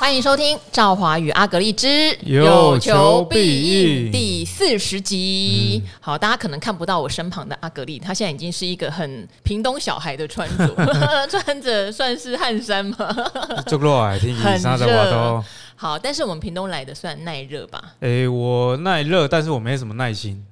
欢迎收听赵华与阿格丽之有求必应第40集。好，大家可能看不到我身旁的阿格丽，她现在已经是一个很屏东小孩的穿着，穿着算是汗衫吗？ 足热，天气30多度。 好，但是我们屏东来的算耐热吧？ 我耐热，但是我没什么耐心。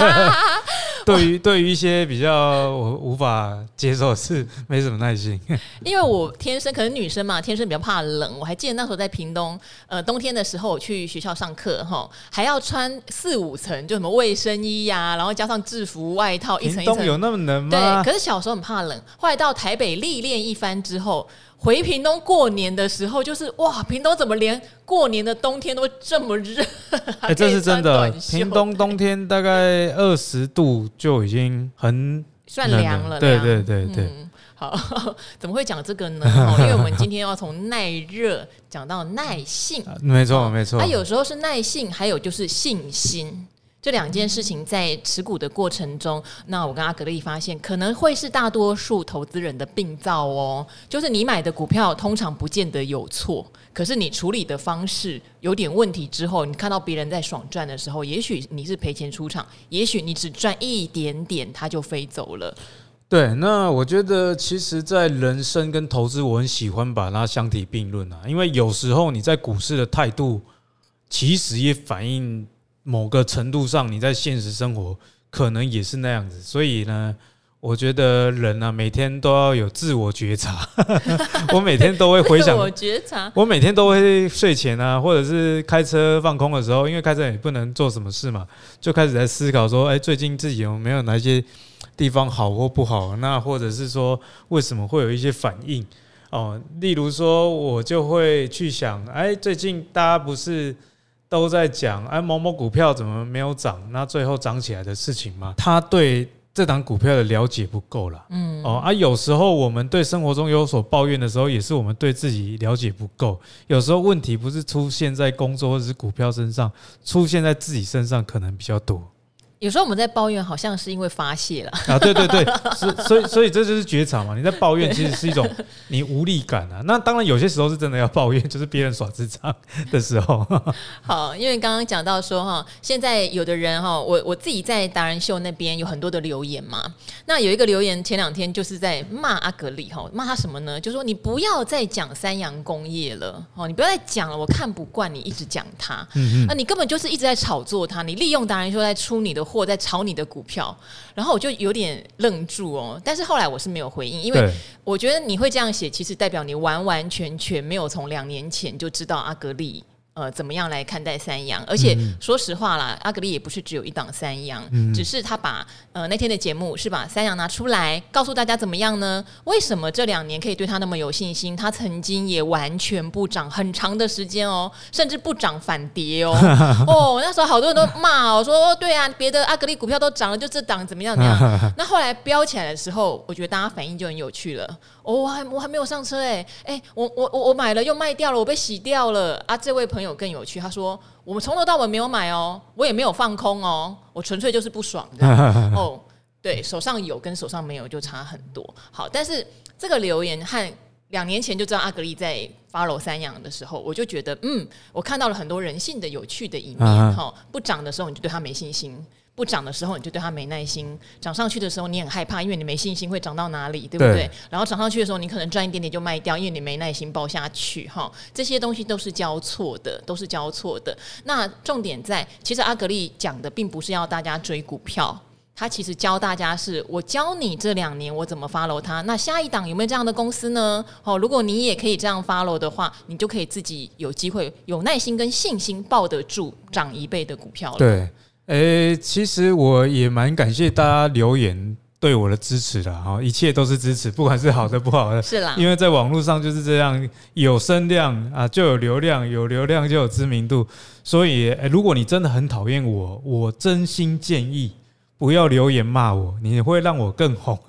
对于一些比较我无法接受的事，没什么耐心。 因为我天生可能女生嘛，天生比较怕冷。我还记得那时候在屏东，冬天的时候我去学校上课哈，还要穿4、5层，就什么卫生衣呀、然后加上制服外套，一层一层。 屏东有那么冷吗？ 对，可是小时候很怕冷，后来到台北历练一番之后，回屏东过年的时候，就是哇，屏东怎么连过年的冬天都这么热？ 这是真的。屏东冬天大概20度就已经很算凉了。 对对对对。 好，怎么会讲这个呢？因为我们今天要从耐热讲到耐性。 没错没错。 它有时候是耐性，还有就是信心。这2件事情在持股的过程中，那我跟阿格丽发现可能会是大多数投资人的病灶哦。就是你买的股票通常不见得有错，可是你处理的方式有点问题之后，你看到别人在爽赚的时候，也许你是赔钱出场，也许你只赚一点点，它就飞走了。 对，那我觉得其实在人生跟投资，我很喜欢把它相提并论啊，因为有时候你在股市的态度其实也反映某个程度上你在现实生活可能也是那样子。所以呢，我觉得人啊，每天都要有自我觉察。我每天都会回想， 自我觉察， 我每天都会睡前啊，或者是开车放空的时候，因为开车也不能做什么事嘛，就开始在思考说，最近自己有没有哪一些地方好或不好，那或者是说为什么会有一些反应哦？例如说，我就会去想，最近大家不是都在讲某某股票怎么没有涨，那最后涨起来的事情吗？他对这档股票的了解不够啦。有时候我们对生活中有所抱怨的时候，也是我们对自己了解不够。有时候问题不是出现在工作或者是股票身上，出现在自己身上可能比较多。 有时候我们在抱怨，好像是因为发泄了啊，对对对，所以这就是觉察嘛。你在抱怨，其实是一种你无力感啊。那当然有些时候是真的要抱怨，就是别人耍智障的时候。 好，因为刚刚讲到说哈，现在有的人哈，我自己在达人秀那边有很多的留言嘛。那有一个留言前2天就是在骂阿格丽哈，骂他什么呢？就说你不要再讲三洋工业了哦，你不要再讲了，我看不惯你一直讲它。那你根本就是一直在炒作它，你利用达人秀在出你的货，在炒你的股票，然后我就有点愣住哦。但是后来我是没有回应，因为我觉得你会这样写，其实代表你完完全全没有从2年前就知道阿格丽怎么样来看待三阳。而且说实话啦，阿格丽也不是只有一档三阳，只是他把那天的节目是把三阳拿出来告诉大家怎么样呢？为什么这2年可以对他那么有信心？他曾经也完全不涨很长的时间哦，甚至不涨反跌哦。那时候好多人都骂哦，说对啊，别的阿格丽股票都涨了，就这档怎么样怎么样。那后来飙起来的时候，我觉得大家反应就很有趣了。我还没有上车我买了又卖掉了，我被洗掉了啊！这位朋友更有趣，他说我们从头到尾没有买哦，我也没有放空哦，我纯粹就是不爽的哦。对，手上有跟手上没有就差很多。好，但是这个留言和2年前就知道阿格丽在 follow 三阳的时候，我就觉得我看到了很多人性的有趣的一面。不涨的时候你就对他没信心，不涨的时候你就对他没耐心，涨上去的时候你很害怕，因为你没信心会涨到哪里，对不对？然后涨上去的时候你可能赚一点点就卖掉，因为你没耐心抱下去。这些东西都是交错的，都是交错的。那重点在，其实阿格丽讲的并不是要大家追股票，他其实教大家是，我教你这2年我怎么 follow 它，那下一档有没有这样的公司呢？如果你也可以这样 follow 的话，你就可以自己有机会有耐心跟信心抱得住涨1倍的股票了。 对，其实我也蛮感谢大家留言对我的支持啦，一切都是支持，不管是好的不好的， 是啦， 因为在网络上就是这样，有声量啊就有流量，有流量就有知名度，所以如果你真的很讨厌我真心建议不要留言骂我，你会让我更红。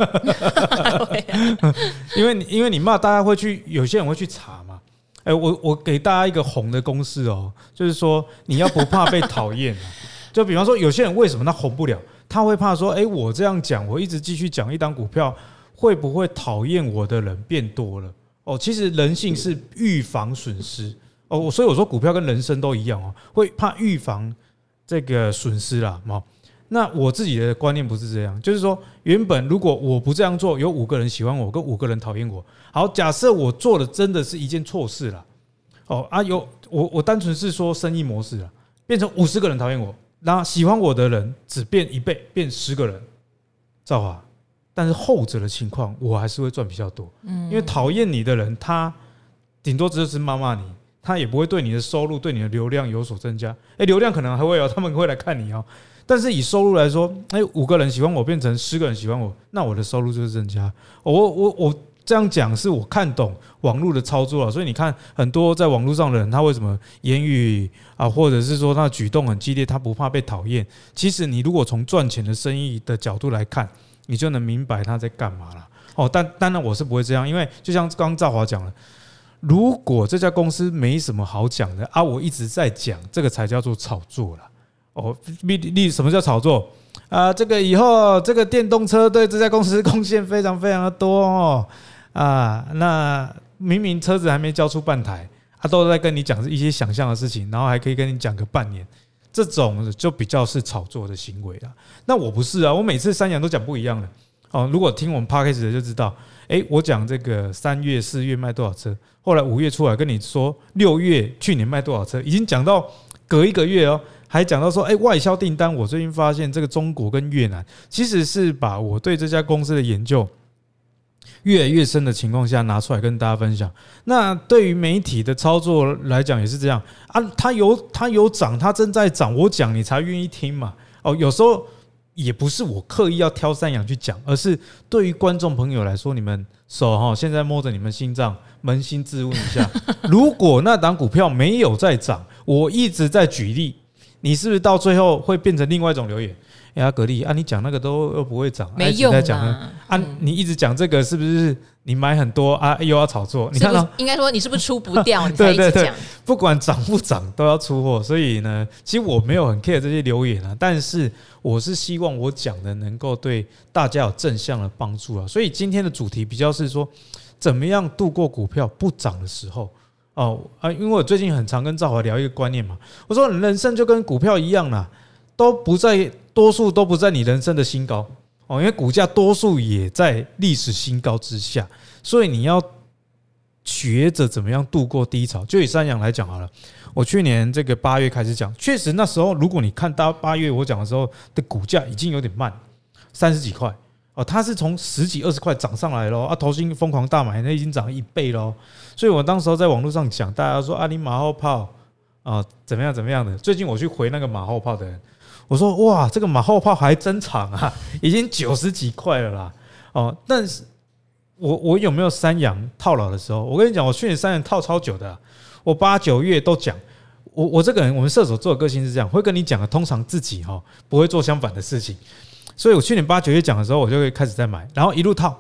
因为你骂大家会去，有些人会去查嘛。我给大家一个红的公式哦，就是说你要不怕被讨厌就比方说有些人为什么他红不了，他会怕说，我这样讲，我一直继续讲一档股票，会不会讨厌我的人变多了？其实人性是预防损失。 所以我说股票跟人生都一样哦，会怕预防这个损失啦。那我自己的观念不是这样，就是说原本如果我不这样做，有5个人喜欢我，跟5个人讨厌我。好，假设我做的真的是一件错事啦，我单纯是说生意模式啦，变成50个人讨厌我，那喜欢我的人只变1倍，变10个人，兆华。但是后者的情况，我还是会赚比较多，因为讨厌你的人，他顶多只是骂你，他也不会对你的收入、对你的流量有所增加。流量可能还会有，他们会来看你哦。但是以收入来说，5个人喜欢我变成10个人喜欢我，那我的收入就是增加。我这样讲是我看懂网络的操作了，所以你看很多在网络上的人，他为什么言语啊，或者是说他的举动很激烈，他不怕被讨厌。其实你如果从赚钱的生意的角度来看，你就能明白他在干嘛了。但当然我是不会这样，因为就像刚刚兆华讲了，如果这家公司没什么好讲的啊，我一直在讲，这个才叫做炒作了。什么叫炒作啊？这个以后这个电动车对这家公司贡献非常非常的多那明明车子还没交出半台，都在跟你讲一些想象的事情，然后还可以跟你讲个半年。这种就比较是炒作的行为了。那我不是啊，我每次3阳都讲不一样的。如果听我们 Podcast 的就知道，我讲这个3月、4月卖多少车，后来5月出来跟你说6月去年卖多少车，已经讲到隔1个月哦，还讲到说，外销订单，我最近发现这个中国跟越南，其实是把我对这家公司的研究越来越深的情况下拿出来跟大家分享。那对于媒体的操作来讲也是这样啊，它有涨，它正在涨，我讲你才愿意听嘛。有时候也不是我刻意要挑3阳去讲，而是对于观众朋友来说，你们手现在摸着你们心脏，扪心自问一下，如果那档股票没有在涨，我一直在举例，你是不是到最后会变成另外一种留言？阿格力啊，你讲那个都又不会涨， 没用啊！你一直讲这个，是不是你买很多啊？又要炒作？你看到应该说你是不是出不掉？你才一直讲， 不管涨不涨都要出货。所以呢，其实我没有很 care 这些留言但是我是希望我讲的能够对大家有正向的帮助所以今天的主题比较是说，怎么样度过股票不涨的时候。因为我最近很常跟兆华聊一个观念嘛，我说人生就跟股票一样啦，多数都不在你人生的新高因为股价多数也在历史新高之下，所以你要学着怎么样度过低潮。就以3阳来讲好了，我去年这个8月开始讲，确实那时候如果你看到8月我讲的时候的股价已经有点慢，30几块它是从10几20块涨上来咯投信疯狂大买，那已经涨了1倍咯。所以我当时候在网络上讲，大家说你马后炮怎么样怎么样的。最近我去回那个马后炮的人，我说哇，这个马后炮还真长已经90几块了啦但是我有没有3阳套牢的时候？我跟你讲，我去年3阳套超久的我8、9月都讲。我这个人，我们射手座的个性是这样，会跟你讲的，通常自己不会做相反的事情。所以我去年8、9月讲的时候，我就会开始在买，然后一路套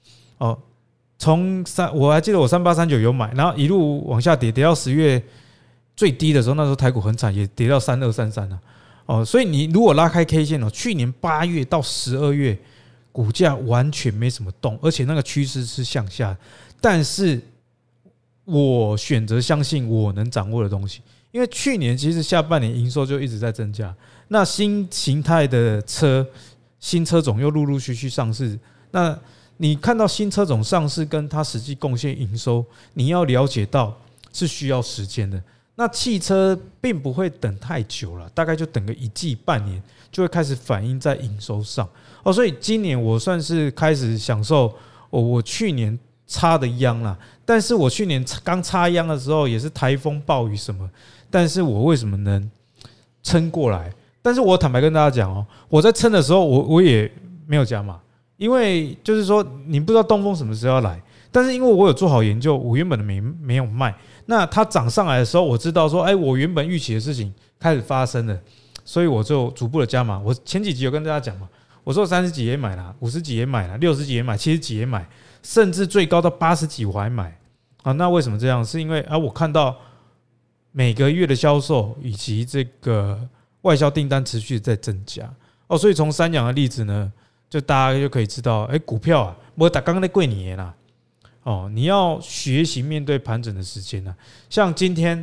我还记得我38、39有买，然后一路往下跌到10月最低的时候，那时候台股很惨，也跌到32、33了所以你如果拉开 K 线去年8月到12月股价完全没什么动，而且那个趋势是向下，但是我选择相信我能掌握的东西，因为去年其实下半年营收就一直在增加，那新形态的新车种又陆陆续续上市，那你看到新车种上市跟它实际贡献营收，你要了解到是需要时间的。那汽车并不会等太久了，大概就等个1季半年就会开始反映在营收上所以今年我算是开始享受我去年插的秧啦，但是我去年刚插秧的时候也是台风暴雨什么，但是我为什么能撑过来？但是我坦白跟大家讲我在撑的时候我也没有加码，因为就是说你不知道东风什么时候要来，但是因为我有做好研究，我原本的没有卖，那它涨上来的时候，我知道说我原本预期的事情开始发生了，所以我就逐步的加码。我前几集有跟大家讲嘛，我说30几也买了，50几也买了，60几也买，70几也买，甚至最高到80几我还买那为什么这样？是因为我看到每个月的销售以及这个外销订单持续在增加所以从3阳的例子呢，就大家就可以知道股票没打刚刚在贵你啦你要学习面对盘整的时间像今天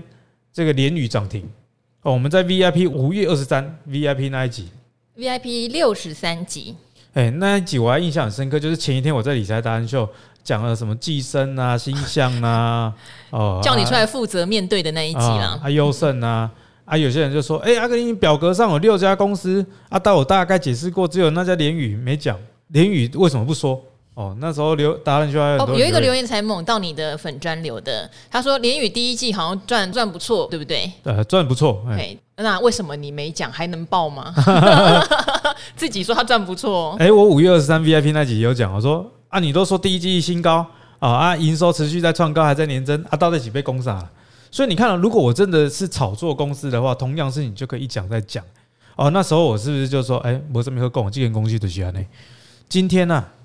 这个联宇涨停哦，我们在 VIP 5月23 VIP 那一集 VIP 63集， 那一集我还印象很深刻，就是前一天我在理财达人秀讲了什么寄生啊、星象啊， 叫你出来负责面对的那一集啦， 优胜啊。有些人就说，阿格力表格上有6家公司但我大概解释过，只有那家联宇没讲，联宇为什么不说？那时候达人秀还有很多有一个留言才猛到你的粉专留的，他说联宇第一季好像赚不错，对不对？ 赚不错。 那为什么你没讲，还能报吗？自己说他赚不错。 我5月23 VIP 那集有讲，我说你都说第一季新高营收持续在创高，还在年增到底是被攻杀了。所以你看如果我真的是炒作公司的话，同样是你就可以一讲再讲。那时候我是不是就说，我这边和讲这间公司就是这样。今天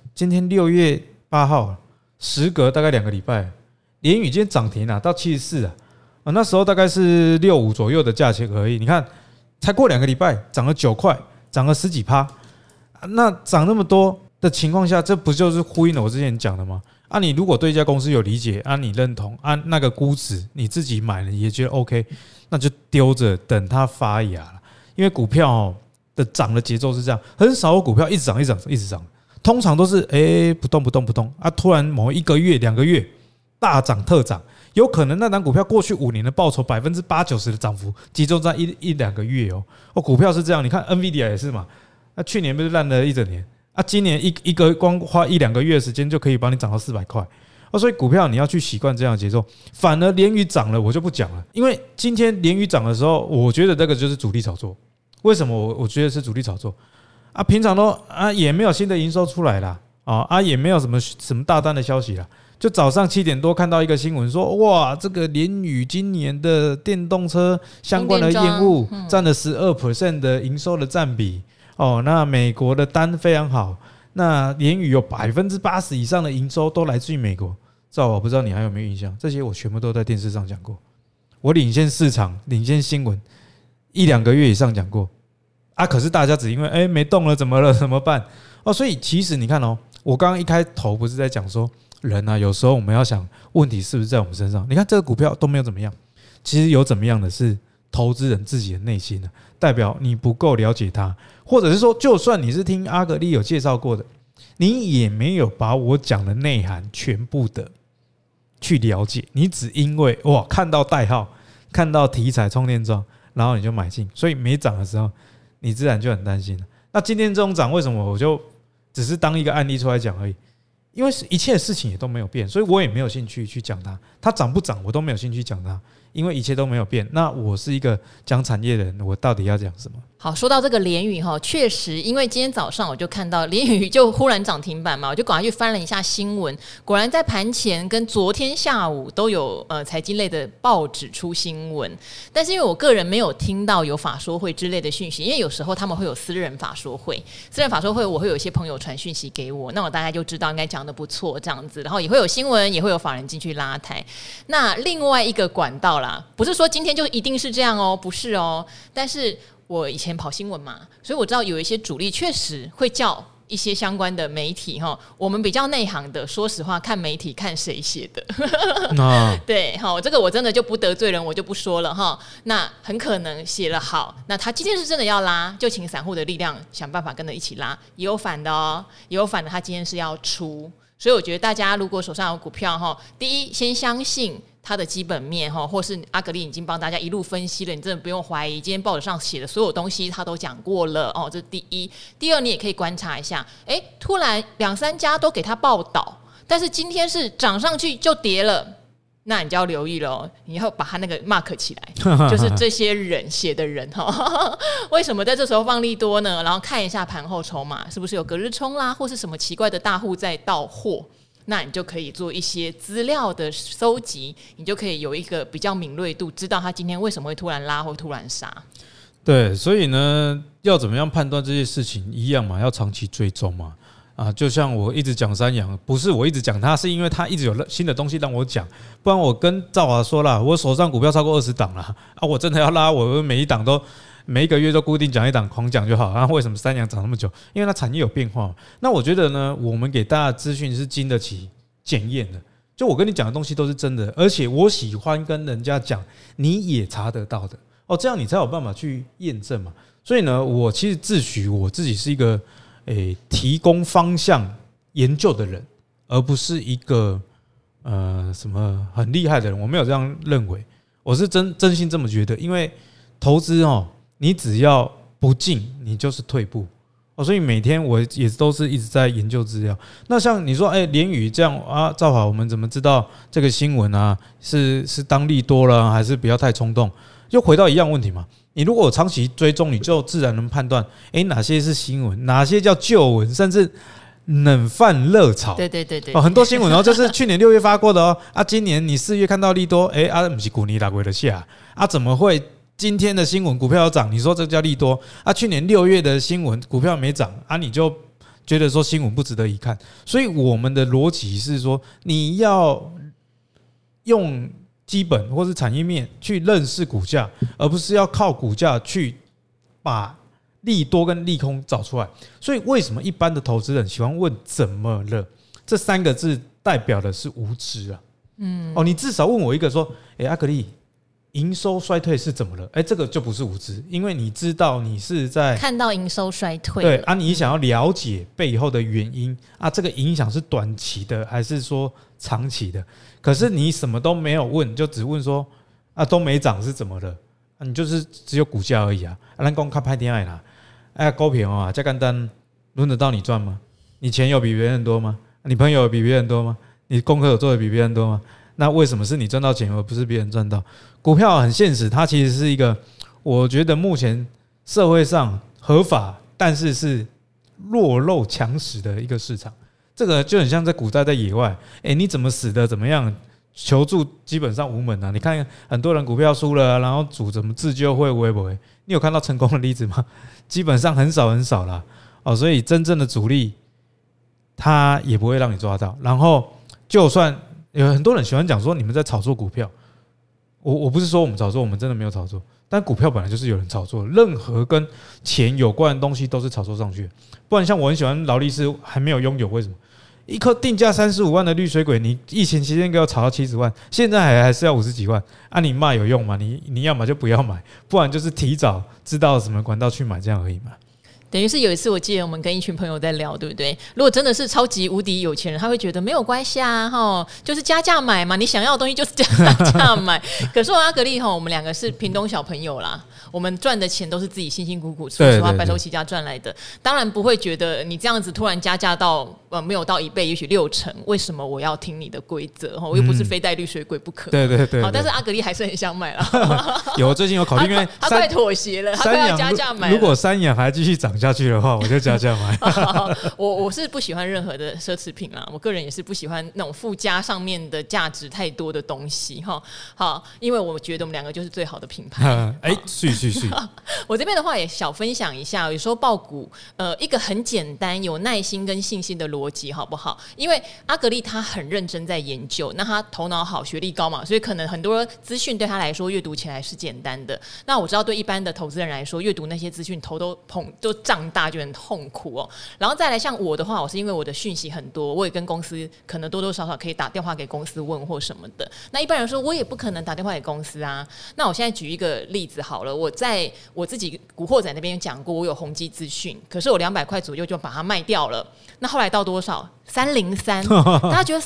6月8号，时隔大概2个礼拜，联宇今天涨停到74那时候大概是65左右的价钱而已。你看，才过2个礼拜，涨了9块，涨了10几%。那涨那么多的情况下，这不就是呼应了我之前讲的吗？你如果对一家公司有理解你认同那个估值你自己买了也觉得 OK， 那就丢着等它发芽了。因为股票的涨的节奏是这样，很少有股票一直涨一直涨一直涨，通常都是不动突然某1个月2个月大涨特涨，有可能那档股票过去5年的报酬80%-90%的涨幅集中在一两个月股票是这样，你看 NVIDIA 也是嘛，去年不是烂了一整年今年一个光花1-2个月的时间就可以帮你涨到400块所以股票你要去习惯这样的节奏。反而联宇涨了我就不讲了，因为今天联宇涨的时候，我觉得这个就是主力炒作。为什么我觉得是主力炒作平常都也没有新的营收出来啦也没有什么大单的消息啦，就早上7点多看到一个新闻说，哇，这个联宇今年的电动车相关的业务占了12% 的营收的占比那美国的单非常好，那联宇有80%以上的营收都来自于美国。我不知道你还有没有印象，这些我全部都在电视上讲过，我领先市场领先新闻1-2个月以上讲过可是大家只因为没动了怎么了怎么办所以其实你看我刚刚一开头不是在讲说人有时候我们要想问题是不是在我们身上，你看这个股票都没有怎么样，其实有怎么样的是投资人自己的内心代表你不够了解他，或者是说就算你是听阿格力有介绍过的，你也没有把我讲的内涵全部的去了解，你只因为看到代号看到题材充电桩然后你就买进，所以没涨的时候你自然就很担心了。那今天这种涨为什么我就只是当一个案例出来讲而已，因为一切事情也都没有变，所以我也没有兴趣去讲它涨不涨我都没有兴趣讲它，因为一切都没有变。那我是一个讲产业的人，我到底要讲什么？ 好，说到这个联宇确实，因为今天早上我就看到联宇就忽然涨停板嘛，我就赶快去翻了一下新闻，果然在盘前跟昨天下午都有财经类的报纸出新闻，但是因为我个人没有听到有法说会之类的讯息，因为有时候他们会有私人法说会，我会有一些朋友传讯息给我，那我大概就知道应该讲得不错这样子，然后也会有新闻，也会有法人进去拉抬。那另外一个管道啦，不是说今天就一定是这样不是但是我以前跑新闻嘛，所以我知道有一些主力确实会叫一些相关的媒体我们比较内行的，说实话看媒体看谁写的对这个我真的就不得罪人，我就不说了那很可能写了好，那他今天是真的要拉，就请散户的力量想办法跟着一起拉，也有反的也有反的，他今天是要出。所以我觉得大家如果手上有股票第一先相信它的基本面或是阿格力已经帮大家一路分析了，你真的不用怀疑，今天报纸上写的所有东西他都讲过了这是第一。第二，你也可以观察一下突然2-3家都给他报道，但是今天是涨上去就跌了，那你就要留意了你要把他那个 mark 起来就是这些人写的人为什么在这时候放利多呢？然后看一下盘后筹码是不是有隔日冲啦，或是什么奇怪的大户在倒货，那你就可以做一些资料的搜集，你就可以有一个比较敏锐度，知道他今天为什么会突然拉或突然杀。 对，所以呢要怎么样判断这些事情一样嘛，要长期追踪嘛就像我一直讲三阳，不是我一直讲它，是因为它一直有新的东西让我讲，不然我跟赵华说了，我手上股票超过20档了我真的要拉，我每一档都每一个月都固定讲一档，狂讲就好。为什么三阳涨那么久？因为它产业有变化。那我觉得呢，我们给大家的资讯是经得起检验的， 就我跟你讲的东西都是真的，而且我喜欢跟人家讲，你也查得到的哦，这样你才有办法去验证嘛。所以呢，我其实自诩我自己是一个提供方向研究的人，而不是一个什么很厉害的人，我没有这样认为，我是真心这么觉得，因为投资哦，你只要不进，你就是退步。所以每天我也都是一直在研究资料。那像你说，联宇这样啊，兆华，我们怎么知道这个新闻啊是当利多了，还是不要太冲动？就回到一样问题嘛。你如果有长期追踪，你就自然能判断，哪些是新闻，哪些叫旧闻，甚至冷饭热炒。 对对对对， 很多新闻就是去年6月发过的今年你4月看到利多，不是去年6月的下怎么会？今天的新闻股票要涨，你说这叫利多去年6月的新闻股票没涨你就觉得说新闻不值得一看。所以我们的逻辑是说，你要用基本或是产业面去认识股价，而不是要靠股价去把利多跟利空找出来。所以为什么一般的投资人喜欢问怎么了？这3个字代表的是无知啊。你至少问我一个说，阿格力营收衰退是怎么了？这个就不是无知，因为你知道你是在看到营收衰退， 对你想要了解背后的原因这个影响是短期的还是说长期的？可是你什么都没有问，就只问说都没涨是怎么了？你就是只有股价而已咱讲较歹听的啦，股票这简单，轮得到你赚吗？你钱有比别人多吗？你朋友有比别人多吗？你功课有做的比别人多吗？那为什么是你赚到钱而不是别人赚到？股票很现实，它其实是一个我觉得目前社会上合法但是是弱肉强食的一个市场。这个就很像在古代在野外，你怎么死的怎么样，求助基本上无门你看很多人股票输了然后组怎么自救会不会？你有看到成功的例子吗？基本上很少很少啦。所以真正的主力他也不会让你抓到。然后就算有很多人喜欢讲说你们在炒作股票，我不是说我们炒作，我们真的没有炒作，但股票本来就是有人炒作，任何跟钱有关的东西都是炒作上去的。不然像我很喜欢劳力士，还没有拥有，为什么？一颗定价35万的绿水鬼，你疫情期间给我炒到70万，现在还是要50几万你卖有用吗？你要买就不要买，不然就是提早知道什么管道去买，这样而已嘛。 等于是有一次我记得我们跟一群朋友在聊，对不对？如果真的是超级无敌有钱人，他会觉得没有关系就是加价买嘛，你想要的东西就是加价买。可是阿格力我们2个是屏东小朋友啦，我们赚的钱都是自己辛辛苦苦说实话白手起家赚来的，当然不会觉得你这样子突然加价到没有到1倍，也许60%，为什么我要听你的规则？我又不是非带绿水鬼不可。 对对对。 好，但是阿格力还是很想买啦。 有最近有考虑，因为他快妥协了，他快要加价买了。 如果3阳还继续涨下去的话，我就加价买。 我是不喜欢任何的奢侈品啦，我个人也是不喜欢那种附加上面的价值太多的东西好，因为我觉得我们2个就是最好的品牌。 是。 我这边的话也小分享一下，有时候抱股一个很简单、有耐心跟信心的逻辑，好不好？因为阿格力他很认真在研究，那他头脑好、学历高嘛，所以可能很多资讯对他来说阅读起来是简单的。那我知道对一般的投资人来说，阅读那些资讯头都胀大，就很痛苦然后再来像我的话，我是因为我的讯息很多，我也跟公司可能多多少少可以打电话给公司问或什么的。那一般人说我也不可能打电话给公司啊。那我现在举一个例子好了，我在我自己古惑仔那边讲过，我有宏基资讯，可是我200块左右就把它卖掉了。那后来到多少？303，大家觉得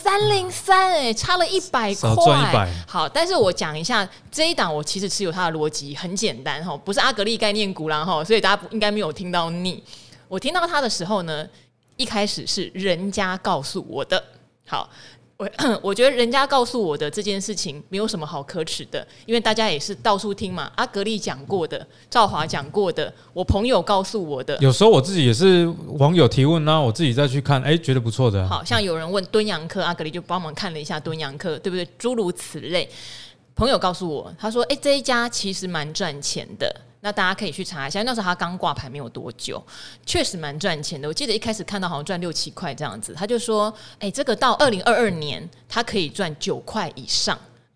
303差了100块， 少赚100。 好，但是我讲一下这一档，我其实持有它的逻辑很简单不是阿格力概念股啦所以大家应该没有听到腻。我听到它的时候呢，一开始是人家告诉我的。好，我觉得人家告诉我的这件事情没有什么好可耻的，因为大家也是到处听嘛，阿格力讲过的，兆华讲过的，我朋友告诉我的， 有时候我自己也是网友提问我自己再去看，觉得不错的。 好像有人问敦洋科，阿格力就帮忙看了一下敦洋科，对不对？诸如此类，朋友告诉我，他说这一家其实蛮赚钱的。那大家可以去查一下，那时候他刚挂牌没有多久，确实蛮赚钱的。我记得一开始看到好像赚6、7块这样子，他就说，这个到2022年他可以赚9块以上。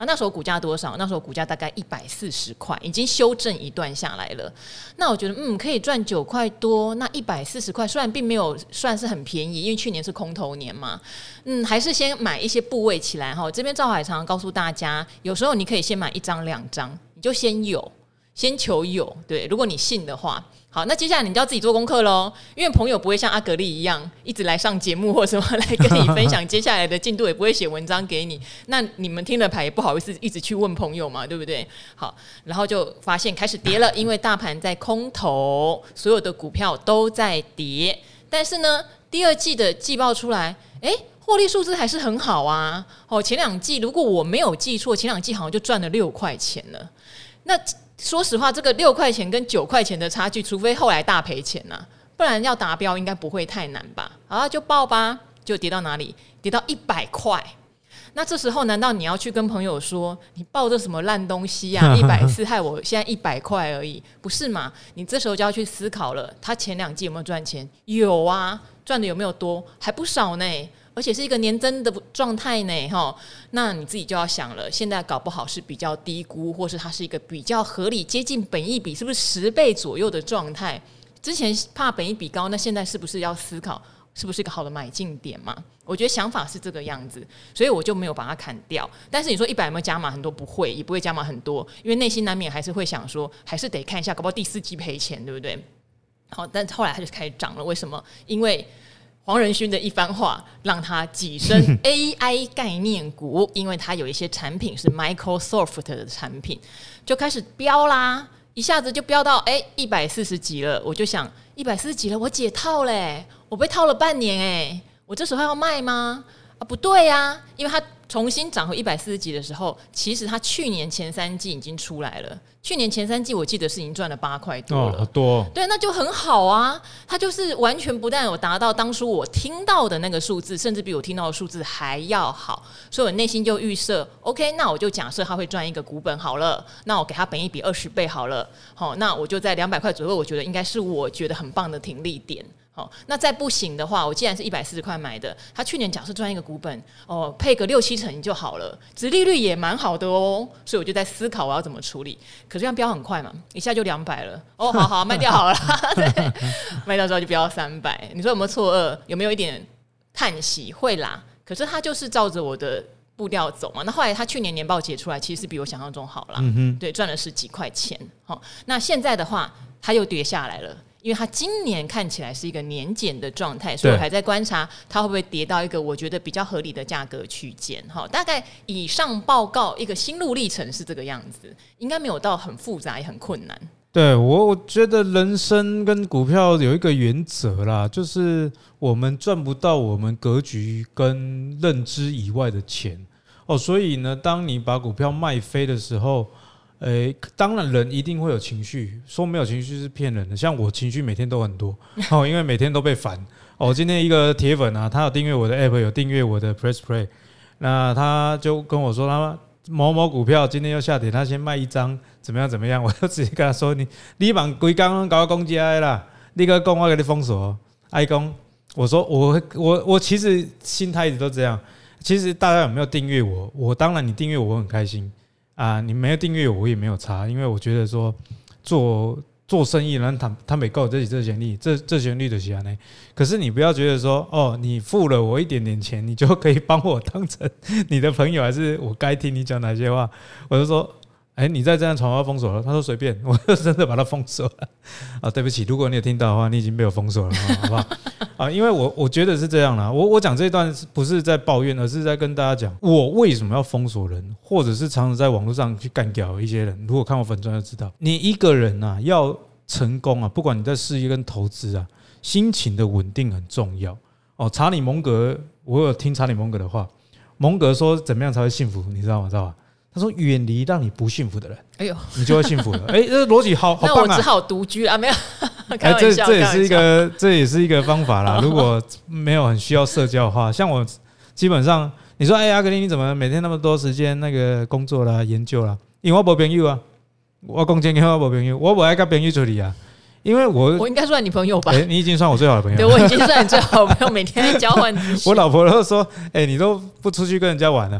那时候股价多少？那时候股价大概140块，已经修正一段下来了。那我觉得可以赚9块多，那140块虽然并没有算是很便宜，因为去年是空头年嘛，还是先买一些部位起来哈。这边赵海常常告诉大家，有时候你可以先买1张2张，你就先求有，对，如果你信的话。好，那接下来你就要自己做功课咯，因为朋友不会像阿格丽一样一直来上节目或什么来跟你分享接下来的进度，也不会写文章给你，那你们听了牌也不好意思一直去问朋友嘛，对不对？好，然后就发现开始跌了，因为大盘在空头，所有的股票都在跌，但是呢第二季的季报出来，获利数字还是很好啊。前2季如果我没有记错，前2季好像就赚了6块钱了。那说实话，这个6块钱跟9块钱的差距，除非后来大赔钱啊，不然要达标应该不会太难吧？好，就报吧，就跌到哪里？跌到100块。那这时候难道你要去跟朋友说你报这什么烂东西啊？140害我现在100块而已，不是嘛？你这时候就要去思考了，他前2季有没有赚钱？有啊，赚的有没有多？还不少呢。而且是一个年增的状态呢，那你自己就要想了，现在搞不好是比较低估，或是它是一个比较合理接近本益比是不是10倍左右的状态。之前怕本益比高，那现在是不是要思考是不是一个好的买进点嘛？我觉得想法是这个样子，所以我就没有把它砍掉。但是你说100有没有加码很多？不会，也不会加码很多，因为内心难免还是会想说，还是得看一下，搞不好第4季赔钱，对不对？好，但后来它就开始涨了，为什么？因为黄仁勋的一番话让他跻身 AI 概念股，因为他有一些产品是 Microsoft 的产品，就开始飙啦，一下子就飙到140几了。我就想140几了，我解套嘞，我被套了半年我这时候要卖吗？不对啊，因为它重新涨回140几的时候，其实它去年前3季已经出来了。去年前3季我记得是已经赚了8块多了， 好多对，那就很好啊。它就是完全不但有达到当初我听到的那个数字，甚至比我听到的数字还要好，所以我内心就预设 OK， 那我就假设它会赚一个股本好了，那我给它本益比20倍好了，那我就在200块左右，我觉得应该是我觉得很棒的停利点。那再不行的话，我既然是140块买的，他去年假设赚一个股本配个6-7成就好了，殖利率也蛮好的哦，所以我就在思考我要怎么处理。可是这样飙很快嘛，一下就200了，好卖掉好了对，卖掉之后就飙到300，你说有没有错愕？有没有一点叹息？会啦，可是他就是照着我的步调走嘛。那后来他去年年报解出来，其实比我想象中好啦，对，赚了10几块钱。那现在的话，他又跌下来了。因为它今年看起来是一个年减的状态，所以我还在观察它会不会跌到一个我觉得比较合理的价格区间。大概以上报告一个心路历程是这个样子，应该没有到很复杂也很困难。 对，我觉得人生跟股票有一个原则啦，就是我们赚不到我们格局跟认知以外的钱所以呢，当你把股票卖飞的时候，当然人一定会有情绪，说没有情绪是骗人的。像我情绪每天都很多因为每天都被烦今天一个铁粉啊，他有订阅我的 app， 有订阅我的 Press Play， 那他就跟我说他某某股票今天又下跌，他先卖1张，怎么样怎么样，我就直接跟他说你把规刚搞到攻击来啦，你个讲我给你封锁，爱公，我说我其实心态一直都这样。其实大家有没有订阅我当然你订阅我很开心啊，你没有订阅我也没有差，因为我觉得说做生意人他没够这权利，这权利就是这样。可是你不要觉得说你付了我一点点钱，你就可以帮我当成你的朋友，还是我该听你讲哪些话？我就说你再这样传我要封锁了。他说随便，我就真的把他封锁了对不起，如果你有听到的话，你已经被我封锁了好不好因为我觉得是这样啦，我讲这一段不是在抱怨，而是在跟大家讲我为什么要封锁人，或者是常常在网络上去干掉一些人。如果看我粉专就知道，你一个人要成功不管你在事业跟投资心情的稳定很重要查理蒙格，我有听查理蒙格的话，蒙格说怎么样才会幸福，你知道吗？他说远离让你不幸福的人，你就会幸福了。这逻辑好棒啊！ 那我只好独居没有开玩笑， 这也是一个方法啦。如果没有很需要社交的话，像我基本上你说阿格力你怎么每天那么多时间那个工作啦研究啦？因为我没朋友啊，我讲真的我没朋友，我不爱跟朋友处理啊。因为我应该算你朋友吧？ 你已经算我最好的朋友。 对，我已经算你最好的朋友，每天在交换资讯。 我老婆都说，你都不出去跟人家玩了，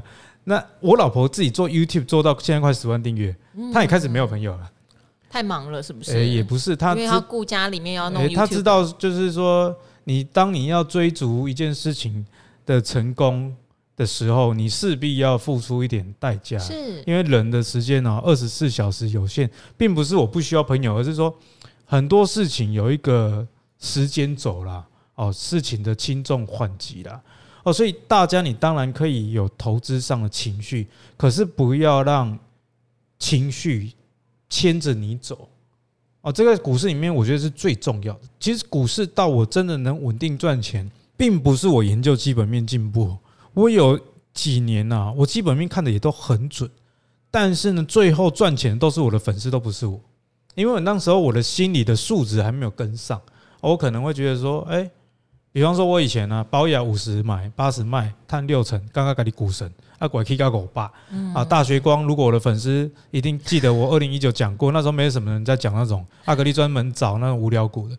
那我老婆自己做 YouTube 做到现在快10万订阅，她也开始没有朋友了。 太忙了是不是？ 也不是， 因为他顾家里面要弄 YouTube， 他知道就是说，当你要追逐一件事情的成功的时候，你势必要付出一点代价。 是因为人的时间24小时有限，并不是我不需要朋友，而是说很多事情有一个时间轴啦，事情的轻重缓急啦。所以大家你当然可以有投资上的情绪，可是不要让情绪牵着你走。这个股市里面我觉得是最重要的。其实股市到我真的能稳定赚钱，并不是我研究基本面进步。我有几年我基本面看的也都很准，但是呢，最后赚钱的都是我的粉丝，都不是我。因为那时候我的心理的素质还没有跟上，我可能会觉得说，比方说我以前保雅50买80卖，赚6成，刚刚给你股神拐去到58大学光。如果我的粉丝一定记得我2019讲过，那时候没什么人在讲那种阿格力专门找那种无聊股的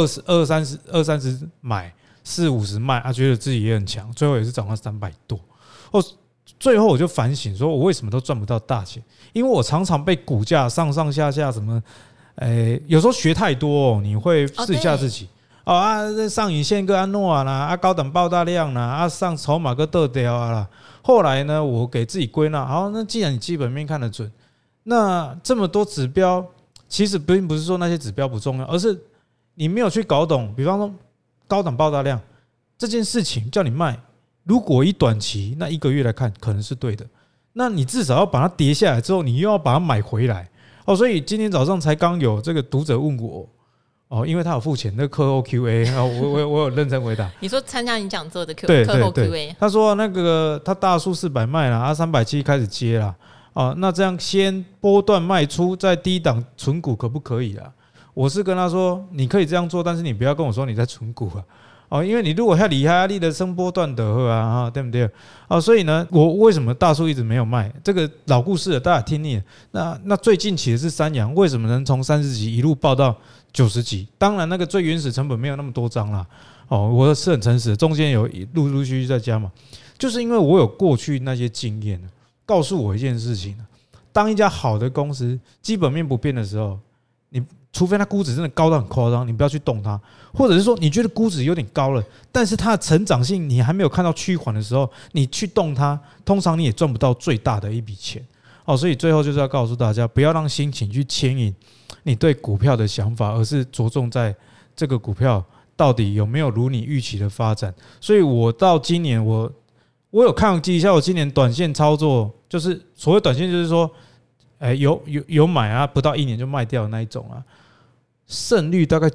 ，20-30买40-50卖觉得自己也很强，最后也是涨到300多。最后我就反省说，我为什么都赚不到大钱？因为我常常被股价上上下下什么，有时候学太多你会试一下自己。上影线个安诺啦，高档爆大量啦，上筹码个倒掉啦。后来呢，我给自己归纳，好，那既然你基本面看得准，那这么多指标，其实并不是说那些指标不重要，而是你没有去搞懂。比方说高档爆大量这件事情叫你卖，如果以短期那1个月来看可能是对的，那你至少要把它跌下来之后，你又要把它买回来。所以今天早上才刚有这个读者问我，因为他有付钱，那课后 QA 我有认真回答。 你说参加你讲座的课后 QA， 他说那个他大数400卖了，370开始接了，那这样先波段卖出，在低档存股可不可以啊？我是跟他说，你可以这样做，但是你不要跟我说你在存股因为你如果要厉害，你的升波段的对不对？所以呢，我为什么大数一直没有卖？这个老故事了，大家听腻了。那最近起的是三阳，为什么能从30几一路爆到90几？当然，那个最原始成本没有那么多张啦。我是很诚实的，中间有陆陆续续在加嘛，就是因为我有过去那些经验，告诉我一件事情：当一家好的公司基本面不变的时候，你除非它估值真的高到很夸张，你不要去动它；或者是说你觉得估值有点高了，但是它的成长性你还没有看到趋缓的时候，你去动它，通常你也赚不到最大的一笔钱。所以最后就是要告诉大家，不要让心情去牵引你对股票的想法，而是着重在这个股票到底有没有如你预期的发展。所以我到今年我有看一下我今年短线操作，就是所谓短线就是说有买不到1年就卖掉的那一种胜率大概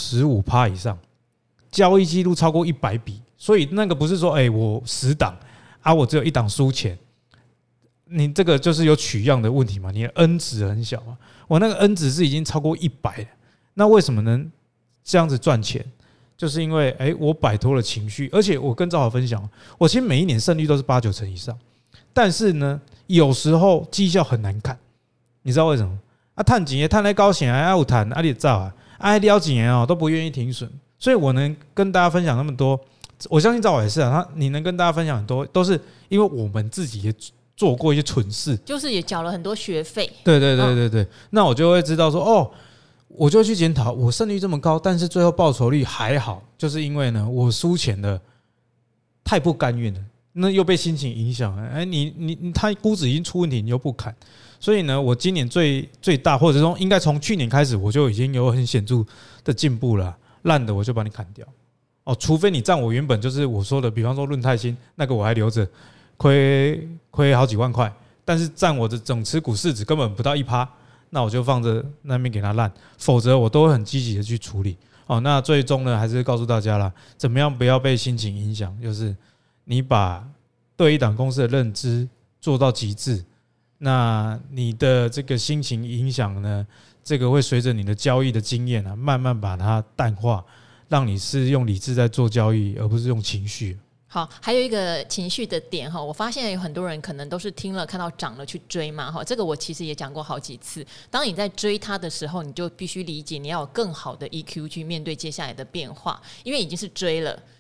95%以上，交易记录超过100笔。所以那个不是说我10档我只有1档输钱，你这个就是有取样的问题嘛，你的 N 值很小嘛，我那个 N 值是已经超过100了。那为什么能这样子赚钱？就是因为我摆脱了情绪，而且我跟赵豪分享，我其实每一年胜率都是8-9成以上，但是呢，有时候绩效很难看，你知道为什么？赚钱赚来高兴有赚你走了钱都不愿意停损。所以我能跟大家分享那么多，我相信赵豪也是你能跟大家分享很多，都是因为我们自己也做过一些蠢事， 就是也缴了很多学费。 对，那我就会知道说我就会去检讨，我胜率这么高，但是最后报酬率还好，就是因为呢，我输钱的太不甘愿了，那又被心情影响了。他估值已经出问题，你又不砍，所以呢，我今年最大，或者说应该从去年开始，我就已经有很显著的进步了。烂的我就把你砍掉，除非你占我原本就是我说的，比方说润泰新那个我还留着，亏好几万块，但是占我的总持股市值根本不到1%。那我就放着那边给它烂，否则我都会很积极的去处理。那最终呢，还是告诉大家啦，怎么样不要被心情影响，就是你把对一档公司的认知做到极致，那你的这个心情影响呢，这个会随着你的交易的经验慢慢把它淡化，让你是用理智在做交易，而不是用情绪。 好，还有一个情绪的点我发现有很多人可能都是听了看到涨了去追嘛这个我其实也讲过好几次。当你在追它的时候，你就必须理解你要有更好的 EQ 去面对接下来的变化，因为已经是追了，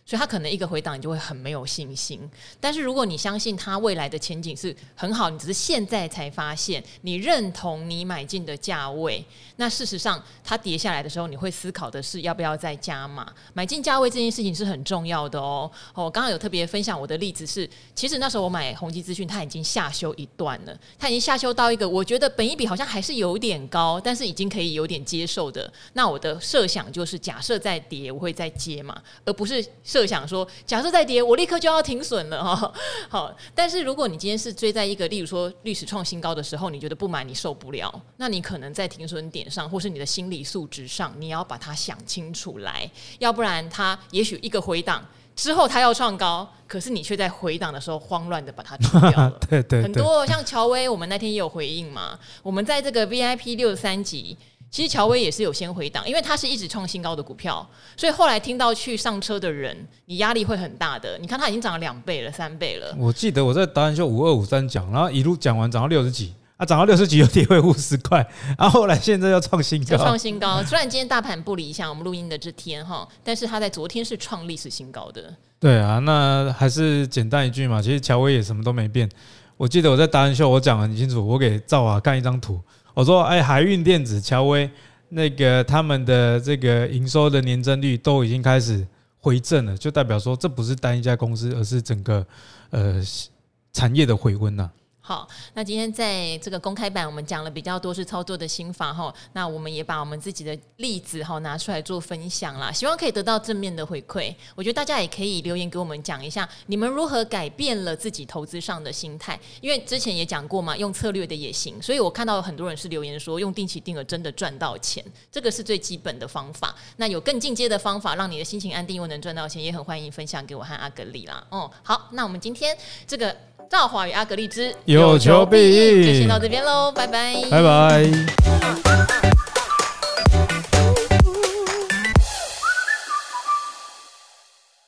所以他可能一个回档你就会很没有信心。但是如果你相信他未来的前景是很好，你只是现在才发现，你认同你买进的价位，那事实上它跌下来的时候，你会思考的是要不要再加码。买进价位这件事情是很重要的哦。我刚刚有特别分享我的例子是，其实那时候我买宏基资讯，它已经下修一段了，它已经下修到一个我觉得本益比好像还是有点高，但是已经可以有点接受的。那我的设想就是假设再跌我会再接嘛，而不是设想说假设再跌我立刻就要停损了好，但是如果你今天是追在一个例如说历史创新高的时候，你觉得不买你受不了，那你可能在停损点上或是你的心理素质上，你要把它想清楚来，要不然它也许一个回档之后它要创高，可是你却在回档的时候慌乱的把它出掉了对对对， 很多像乔威我们那天也有回应嘛，我们在这个 VIP 63集其实乔威也是有先回档，因为它是一直创新高的股票，所以后来听到去上车的人，你压力会很大的。你看它已经涨了2倍了、3倍了。 我记得我在达人秀5253讲，然后一路讲完涨到60几，涨到60几又跌回50块，然后后来现在要创新高， 创新高。虽然今天大盘不理想，我们录音的这天但是它在昨天是创历史新高的。 对啊，那还是简单一句嘛，其实乔威也什么都没变。我记得我在达人秀我讲得很清楚，我给赵华看一张图。我说，海运电子、乔威那个他们的这个营收的年增率都已经开始回正了，就代表说这不是单一家公司，而是整个产业的回温呐。 好，那今天在这个公开版我们讲了比较多是操作的心法那我们也把我们自己的例子拿出来做分享啦，希望可以得到正面的回馈。我觉得大家也可以留言给我们讲一下，你们如何改变了自己投资上的心态，因为之前也讲过嘛，用策略的也行，所以我看到有很多人是留言说用定期定额真的赚到钱，这个是最基本的方法。那有更进阶的方法让你的心情安定又能赚到钱，也很欢迎分享给我和阿格丽啦。好，那我们今天这个赵华与阿格丽之有求必应就先到这边喽，拜拜， 拜拜。